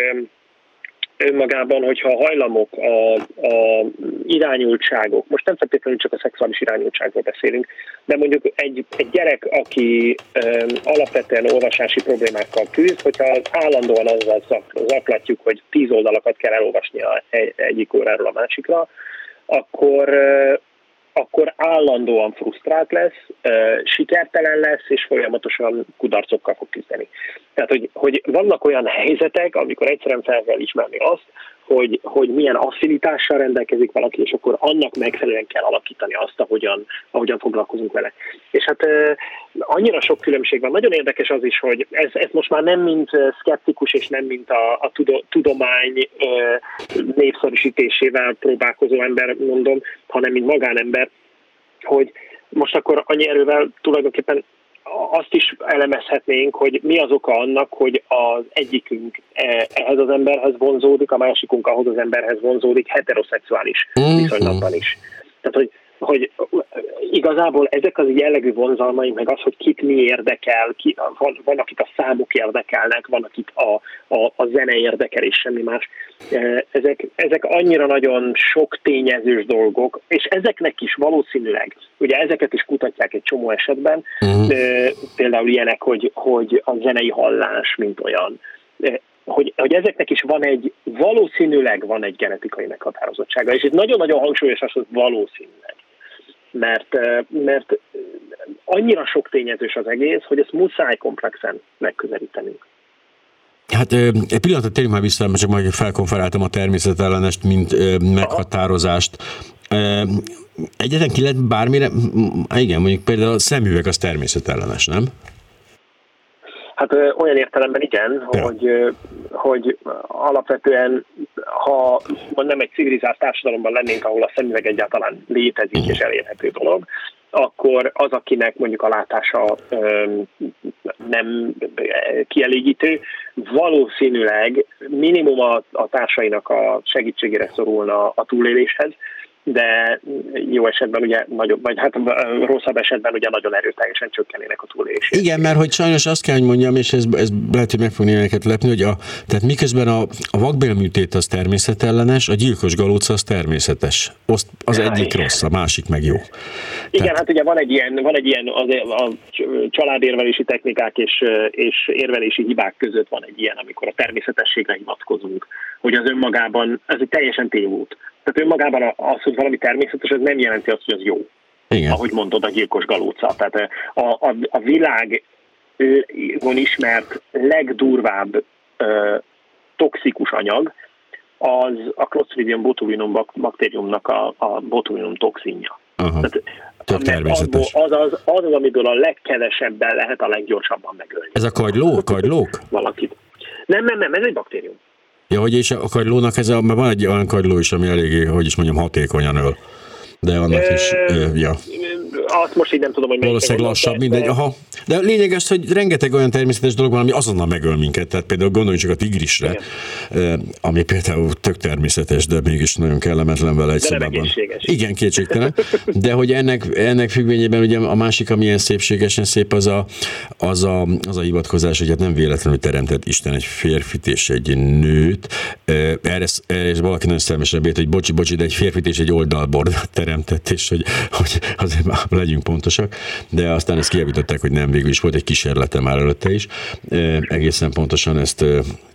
önmagában, hogyha hajlamok, a, a irányultságok, most nem feltétlenül csak a szexuális irányultságról beszélünk, de mondjuk egy, egy gyerek, aki um, alapvetően olvasási problémákkal küzd, hogyha állandóan azzal zaklatjuk, hogy tíz oldalakat kell elolvasnia egy, egyik óráról a másikra, akkor uh, akkor állandóan frusztrált lesz, sikertelen lesz, és folyamatosan kudarcokkal fog küzdeni. Tehát, hogy, hogy vannak olyan helyzetek, amikor egyszerűen fel kell ismerni azt, hogy, hogy milyen affinitással rendelkezik valaki, és akkor annak megfelelően kell alakítani azt, ahogyan, ahogyan foglalkozunk vele. És hát annyira sok különbség van. Nagyon érdekes az is, hogy ez, ez most már nem mint szkeptikus, és nem mint a, a tudomány népszerűsítésével próbálkozó ember mondom, hanem mint magánember, hogy most akkor annyi erővel tulajdonképpen azt is elemezhetnénk, hogy mi az oka annak, hogy az egyikünk ehhez az emberhez vonzódik, a másikunk ahhoz az emberhez vonzódik heteroszexuális viszonylatban is. Tehát, hogy, hogy igazából ezek az jellegű vonzalmaink, meg az, hogy kit mi érdekel, ki, van, van, akit a számok érdekelnek, van, akit a, a, a zene érdekel, és semmi más. Ezek, ezek annyira nagyon sok tényezős dolgok, és ezeknek is valószínűleg, ugye ezeket is kutatják egy csomó esetben, uh-huh. például ilyenek, hogy, hogy a zenei hallás, mint olyan, hogy, hogy ezeknek is van egy, valószínűleg van egy genetikai meghatározottsága, és itt nagyon-nagyon hangsúlyos az, hogy valószínűleg. Mert, mert annyira sok tényezős az egész, hogy ezt muszáj komplexen megközelítenünk. Hát egy pillanatot térjünk már vissza, csak majd felkonferáltam a természetellenest, mint meghatározást. Egyetlen ki lehet bármire, igen, mondjuk például a szemüveg az természetellenes, nem? Hát olyan értelemben igen, ja. hogy, hogy alapvetően, ha nem egy civilizált társadalomban lennénk, ahol a szemüveg egyáltalán létezik és elérhető dolog, akkor az, akinek mondjuk a látása nem kielégítő, valószínűleg minimum a, a társainak a segítségére szorulna a túléléshez, de jó esetben ugye nagyobb, vagy hát rosszabb esetben ugye nagyon erőteljesen csökkennének a túlélés. Igen, mert hogy sajnos azt kell, hogy mondjam, és ez, ez lehet, hogy meg fog némelyeket lepni, hogy a, tehát miközben a, a vakbélműtét az természetellenes, a gyilkos galóca az természetes. Azt, az ja, egyik igen. rossz, a másik meg jó. Igen, tehát, hát ugye van egy ilyen, van egy ilyen az, a családérvelési technikák és, és érvelési hibák között van egy ilyen, amikor a természetességre hivatkozunk, hogy az önmagában, ez egy teljesen tévút. Tehát önmagában az, hogy valami természetes, ez nem jelenti azt, hogy az jó. Igen. Ahogy mondod, a gyilkos galóca. Tehát a, a, a világon ismert legdurvább ö, toxikus anyag az a Clostridium botulinum baktériumnak a, a botulinum toxinja. Tehát, tök természetes. Az az, az az, amiből a legkevesebben lehet a leggyorsabban megölni. Ez a kagyló? Kagylók? Valakit. Nem, nem, nem, ez egy baktérium. Ja, hogy és a kagylónak ez a, mert van egy olyan kagyló is, ami eléggé, hogy is mondjam, hatékonyan öl. De annak e, is, e, ja. Azt most így nem tudom, hogy valószínűleg lassabb, mindegy, aha. De lényeges, hogy rengeteg olyan természetes dolog van, ami azonnal megöl minket. Tehát például gondoljunk csak a tigrisre, igen. ami például tök természetes, de mégis nagyon kellemetlen vele egy de szobában. Igen, kétségtelen. De hogy ennek, ennek függvényében ugye a másik, ami ilyen szépségesen szép, az a, az a, az a hivatkozás, hogy hát nem véletlenül teremtett Isten egy férfit és egy nőt. Erre, erre valaki nagyon szermesebb ért, hogy bocsi, bocsi, de egy férfit és egy oldalbordát teremtett, és hogy, hogy azért legyünk pontosak, de aztán ezt kijavították, hogy nem, végül is volt egy kísérlete már előtte is. E, egészen pontosan ezt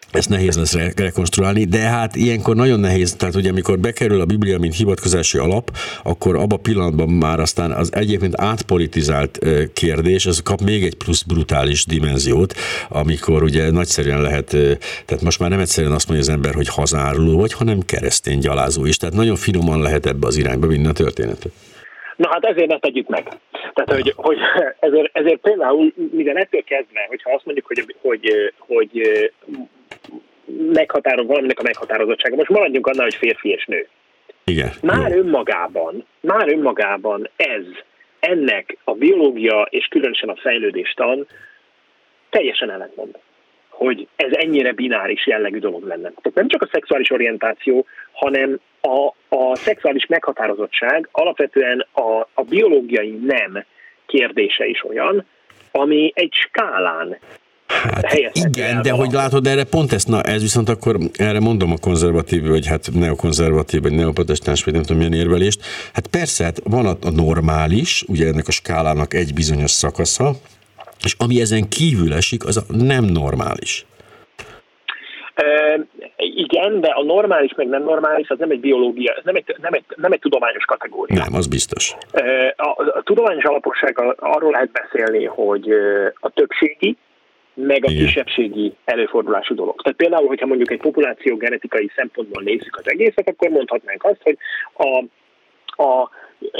ezt nehéz lesz rekonstruálni, de hát ilyenkor nagyon nehéz, tehát ugye amikor bekerül a Biblia, mint hivatkozási alap, akkor abban a pillanatban már aztán az egyébként átpolitizált kérdés, az kap még egy plusz brutális dimenziót, amikor ugye nagyszerűen lehet, tehát most már nem egyszerűen azt mondja az ember, hogy hazáruló vagy, hanem keresztény gyalázó is, tehát nagyon finoman lehet ebbe az irányba vinni a történetet. Na hát ezért ne tegyük meg. Tehát, hogy, hogy ezért, ezért például minden ettől kezdve, hogyha azt mondjuk, hogy, hogy, hogy meghatároz, valaminek a meghatározottsága. Most maradjunk annál, hogy férfi és nő. Igen. Már jó. önmagában, már önmagában ez, ennek a biológia és különösen a fejlődéstan teljesen ellentmond, hogy ez ennyire bináris jellegű dolog lenne. Tehát nem csak a szexuális orientáció, hanem a, a szexuális meghatározottság alapvetően a, a biológiai nem kérdése is olyan, ami egy skálán Hát igen, de hogy látod, erre pont ezt, na ez viszont akkor erre mondom a konzervatív, vagy hát neokonzervatív, vagy neoprotestáns, vagy nem tudom milyen érvelést. Hát persze, hát van a, a normális, ugye ennek a skálának egy bizonyos szakasza, és ami ezen kívül esik, az a nem normális. E, igen, de a normális meg nem normális, az nem egy biológia, ez nem egy, nem egy, nem egy tudományos kategória. Nem, az biztos. E, a, a tudományos alapossággal arról lehet beszélni, hogy a többségi, meg a Igen. kisebbségi előfordulású dolog. Tehát például, hogyha mondjuk egy populáció genetikai szempontból nézzük az egészet, akkor mondhatnánk azt, hogy a, a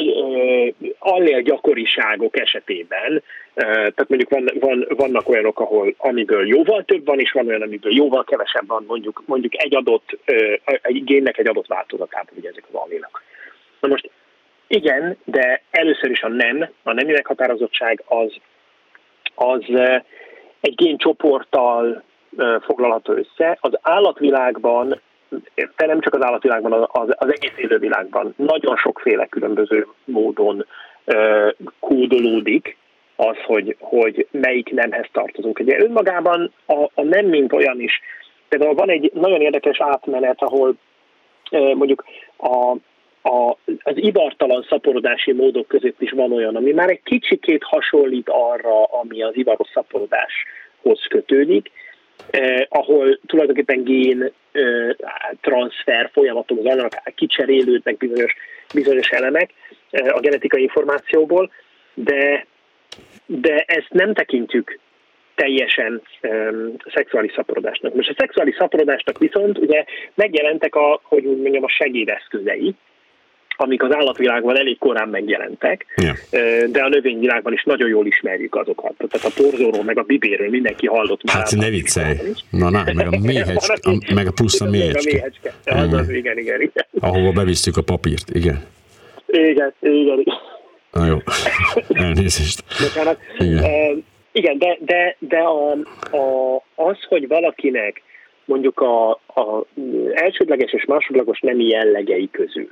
allél gyakoriságok esetében, tehát mondjuk van, van, vannak olyanok, ahol amiből jóval több van, és van olyan, amiből jóval kevesebb van, mondjuk, mondjuk egy adott, egy génnek egy adott változatában, ugye ezek az allélek. Na most igen, de először is a nem, a nemi meghatározottság az, az egy géncsoporttal foglalható össze. Az állatvilágban, de nem csak az állatvilágban, az, az egész élővilágban nagyon sokféle különböző módon uh, kódolódik az, hogy, hogy melyik nemhez tartozunk. Ugye önmagában a, a nem mint olyan is. Például van egy nagyon érdekes átmenet, ahol uh, mondjuk a, a, az ivartalan szaporodási módok között is van olyan, ami már egy kicsikét hasonlít arra, ami az ivaros szaporodáshoz kötődik, Eh, ahol tulajdonképpen gén eh, transfer folyamatok zajlanak, kicserélődnek bizonyos, bizonyos elemek eh, a genetikai információból, de, de ezt nem tekintjük teljesen eh, szexuális szaporodásnak. Most a szexuális szaporodásnak viszont ugye megjelentek a, hogy úgy mondjam, a segédeszközei, amik az állatvilágban elég korán megjelentek, ja. de a növényvilágban is nagyon jól ismerjük azokat. Tehát a porzóról, meg a bibéről mindenki hallott már. Hát ne viccelj. Na, na, meg a méhecske, a, meg a plusz a méhecske. A méhecske. Az, igen, igen, igen. Ahova bevisszük a papírt, igen. Igen, igen. Na jó, elnézést. Igen, uh, igen de, de, de a, a, az, hogy valakinek mondjuk a, a elsődleges és másodlagos nemi jellegei közül,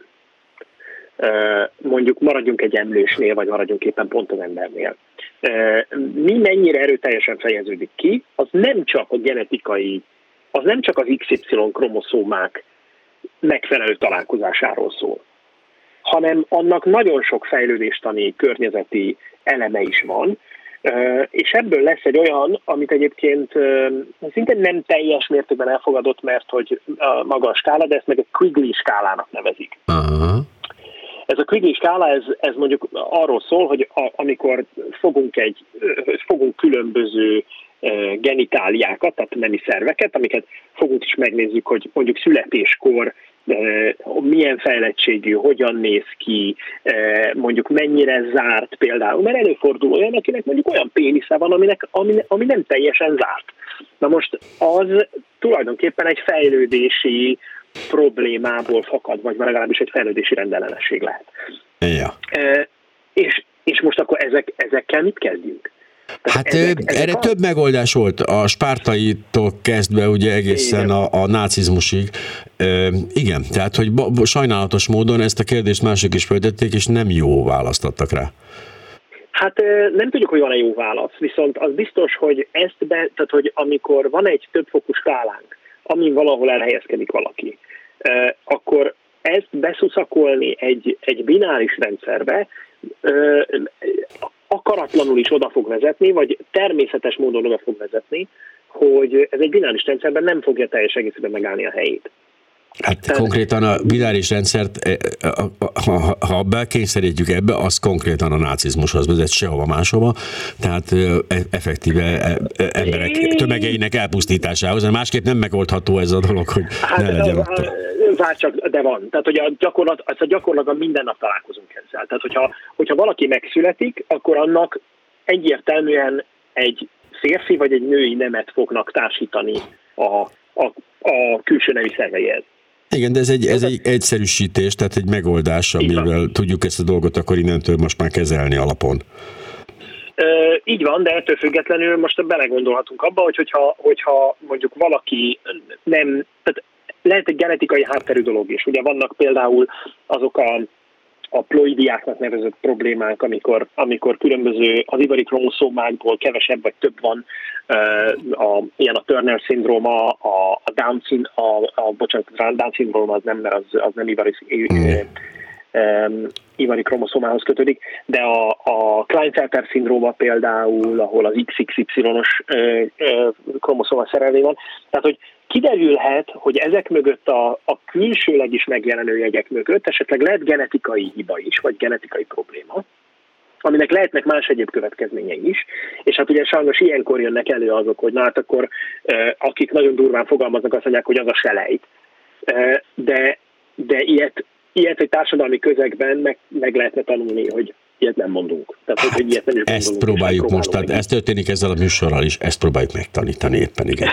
mondjuk maradjunk egy emlősnél, vagy maradjunk éppen pont az embernél. Mi mennyire erőteljesen fejeződik ki, az nem csak a genetikai, az nem csak az iksz ipszilon kromoszómák megfelelő találkozásáról szól, hanem annak nagyon sok fejlődéstani, környezeti eleme is van, és ebből lesz egy olyan, amit egyébként szinte nem teljes mértékben elfogadott, mert hogy maga a skála, de ezt meg egy Quigley skálának nevezik. Uh-huh. Ez a Quigley skála, ez, ez mondjuk arról szól, hogy a, amikor fogunk, egy, fogunk különböző genitáliákat, tehát nemi szerveket, amiket fogunk is megnézzük, hogy mondjuk születéskor milyen fejlettségű, hogyan néz ki, mondjuk mennyire zárt például, mert előfordul olyan, akinek mondjuk olyan pénisze van, aminek, ami, ami nem teljesen zárt. Na most az tulajdonképpen egy fejlődési problémából fakad, vagy legalábbis egy fejlődési rendellenesség lehet. Ja. E, és, és most akkor ezek, ezekkel mit kezdjünk? Hát ezek, ezek erre a... több megoldás volt, a spártaitól kezdve ugye egészen a, a nácizmusig. E, igen, tehát hogy b- sajnálatos módon ezt a kérdést mások is föltették, és nem jó választ adtak rá. Hát nem tudjuk, hogy van-e jó válasz, viszont az biztos, hogy ezt be, tehát hogy amikor van egy többfokú skálánk, amin valahol elhelyezkedik valaki, akkor ezt beszuszakolni egy, egy bináris rendszerbe akaratlanul is oda fog vezetni, vagy természetes módon oda fog vezetni, hogy ez egy bináris rendszerben nem fogja teljes egészében megállni a helyét. Hát Tehát, konkrétan a bináris rendszert, ha, ha bekényszerítjük ebbe, az konkrétan a nácizmushoz vezet, sehova máshova, tehát effektíve emberek tömegeinek elpusztításához, másképp nem megoldható ez a dolog, hogy hát, ne legyen ott. Vár csak, de van. Tehát, hogy a gyakorlat, az a gyakorlatban minden nap találkozunk ezzel. Tehát, hogyha, hogyha valaki megszületik, akkor annak egyértelműen egy férfi vagy egy női nemet fognak társítani a, a, a külső nemi szerveihez. Igen, de ez egy, ez egy egyszerűsítés, tehát egy megoldás, amivel tudjuk ezt a dolgot akkor innentől most már kezelni alapon. Ö, így van, de ettől függetlenül most belegondolhatunk abba, hogy hogyha, hogyha mondjuk valaki nem, tehát lehet egy genetikai hátterű dolog is. Ugye vannak például azok a a ploidiáknak nevezett problémák, amikor, amikor különböző az iveri kromoszómákból kevesebb vagy több van, uh, a, ilyen a Turner-szindróma, a, a Down szín, a, a bocsánat, a Down-szindróma az nem, mert az, az nem ivari, um, ivari kromoszómához kötődik, de a, a Klinefelter-szindróma például, ahol az iksz iksz ipszilonos uh, uh, kromoszóma szerelvény van, tehát hogy kiderülhet, hogy ezek mögött a, a külsőleg is megjelenő jegyek mögött esetleg lehet genetikai hiba is, vagy genetikai probléma, aminek lehetnek más egyéb következményei is, és hát ugye sajnos ilyenkor jönnek elő azok, hogy na hát akkor akik nagyon durván fogalmaznak, azt mondják, hogy az a selejt. De, de ilyet, ilyet egy társadalmi közegben meg, meg lehetne tanulni, hogy ilyet nem mondunk. Tehát, hát, hogy ilyet nem is ezt gondolunk, próbáljuk most, tehát ez történik ezzel a műsorral is, ezt próbáljuk megtanítani éppen, igen.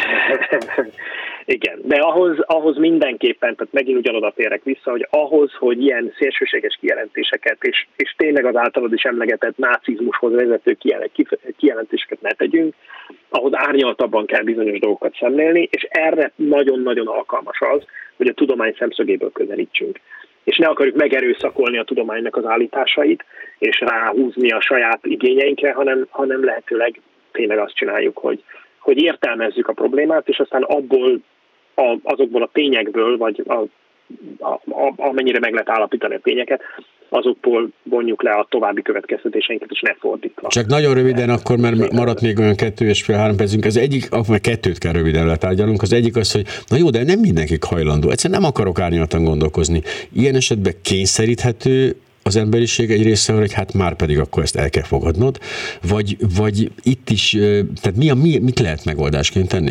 Igen, de ahhoz, ahhoz mindenképpen, tehát megint ugyanoda térek vissza, hogy ahhoz, hogy ilyen szélsőséges kijelentéseket, és, és tényleg az általad is emlegetett nácizmushoz vezető kijelentéseket ne tegyünk, ahhoz árnyaltabban kell bizonyos dolgokat szemlélni, és erre nagyon-nagyon alkalmas az, hogy a tudomány szemszögéből közelítsünk. És ne akarjuk megerőszakolni a tudománynak az állításait, és ráhúzni a saját igényeinkre, hanem, hanem lehetőleg tényleg azt csináljuk, hogy, hogy értelmezzük a problémát, és aztán abból, a, azokból a tényekből, vagy a, a, a, amennyire meg lehet állapítani a tényeket, azokból vonjuk le a további következtetéseinket, és ne fordítva. Csak nagyon röviden akkor, mert maradt még olyan kettő és fél három percünk. Az egyik, akkor kettőt kell röviden letárgyalunk. Az egyik az, hogy na jó, de nem mindenki hajlandó. Egyszerűen nem akarok árnyaltan gondolkozni. Ilyen esetben kényszeríthető az emberiség egy része, hogy hát már pedig akkor ezt el kell fogadnod, vagy, vagy itt is, tehát mi a, mi, mit lehet megoldásként tenni?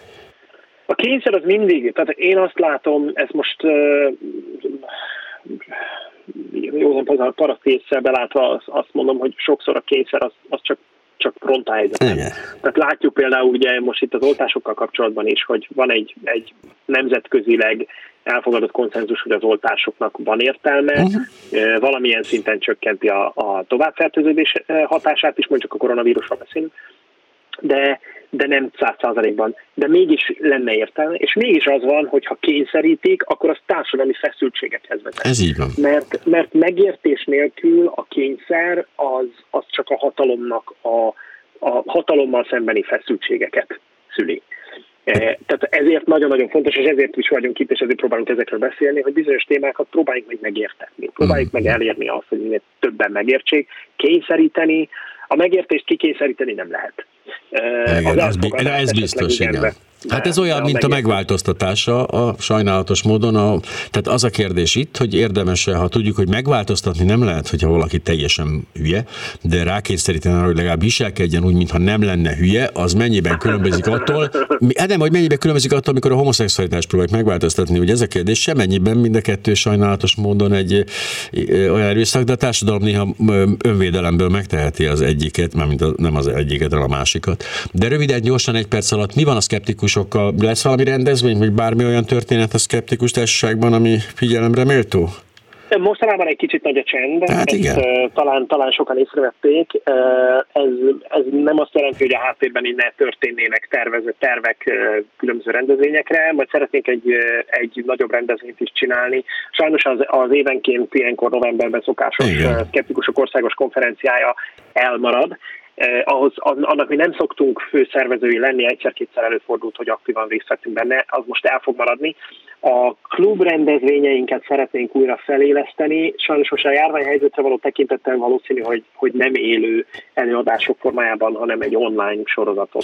A kényszer az mindig, tehát én azt látom, ez most uh, józan paraszt észre belátva azt mondom, hogy sokszor a kényszer az, az csak, csak fronthelyzet. Tehát látjuk például ugye most itt az oltásokkal kapcsolatban is, hogy van egy, egy nemzetközileg elfogadott konszenzus, hogy az oltásoknak van értelme, uh-huh. valamilyen szinten csökkenti a, a továbbfertőződés hatását is, mondjuk a koronavírusról beszélünk, de, de nem száz százalékban. De mégis lenne értelme, és mégis az van, hogy ha kényszerítik, akkor az társadalmi feszültségekhez vezet. Ez így van. Mert, mert megértés nélkül a kényszer az, az csak a hatalomnak, a, a hatalommal szembeni feszültségeket szüli. Tehát ezért nagyon-nagyon fontos, és ezért is vagyunk itt, és ezért próbálunk ezekről beszélni, hogy bizonyos témákat próbáljuk meg megértetni. Próbáljuk meg elérni azt, hogy minél többen megértsék, kényszeríteni. A megértést kikényszeríteni nem lehet. Igen, ez, ez biztos, igen. Hát ez olyan, mint a megváltoztatása a sajnálatos módon. A, tehát az a kérdés itt, hogy érdemes-e, ha tudjuk, hogy megváltoztatni nem lehet, hogyha valaki teljesen hülye, de rákényszeríteni arra, hogy legalább viselkedjen úgy, mintha nem lenne hülye, az mennyiben különbözik attól, hát nem, hogy mennyiben különbözik attól, amikor a homoszexualitást próbáljuk megváltoztatni, ugye ez a kérdés, semennyiben mind a kettő sajnálatos módon egy olyan erőszak, de a társadalom néha önvédelemből megteheti az egyiket, mármint a, nem az egyiket, hanem a másikat. De röviden, gyorsan egy perc alatt, mi van a szkeptikus sokkal. Lesz valami rendezvény, vagy bármi olyan történet a szkeptikus társaságban, ami figyelemre méltó? Mostanában egy kicsit nagy a csend, hát igen. Ezt, talán, talán sokan észrevették. Ez, ez nem azt jelenti, hogy a háttérben így ne történnének tervező tervek különböző rendezvényekre, majd szeretnénk egy, egy nagyobb rendezvényt is csinálni. Sajnos az, az évenként ilyenkor novemberben szokásos igen. szkeptikusok országos konferenciája elmarad. Eh, ahhoz, annak mi nem szoktunk főszervezői lenni, egyszer-kétszer előfordult, hogy aktívan részt vettünk benne, az most el fog maradni. A klub rendezvényeinket szeretnénk újra feléleszteni, sajnos most a járványhelyzetre való tekintettel valószínű, hogy, hogy nem élő előadások formájában, hanem egy online sorozatot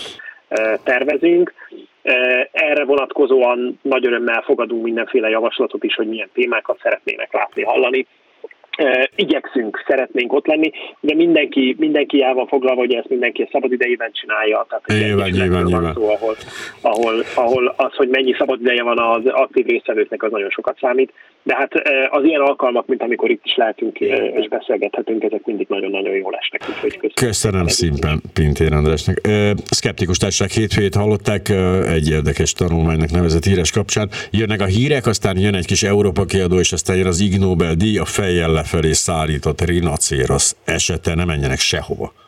tervezünk. Erre vonatkozóan nagy örömmel fogadunk mindenféle javaslatot is, hogy milyen témákat szeretnének látni, hallani. Igyekszünk, szeretnénk ott lenni, de mindenki, mindenki el van foglalva, hogy ezt mindenki a szabad idejében csinálja. Tehát nyilván, nyilván, nyilván. Szó, ahol, ahol, ahol az, hogy mennyi szabad ideje van az aktív résztvevőknek, az nagyon sokat számít. De hát az ilyen alkalmak, mint amikor itt is lehetünk és beszélgethetünk, ezek mindig nagyon-nagyon jól esnek. Köszönöm, köszönöm szépen Pintér Andrásnak. Szkeptikus Társaság hétfőjét hallották, egy érdekes tanulmánynak nevezett híres kapcsán. Jönnek a hírek, aztán jön egy kis Európa kiadó, és aztán jön az Ig Nobel-díj, a fejjel lefelé szállított rinocérosz esete, ne menjenek sehova.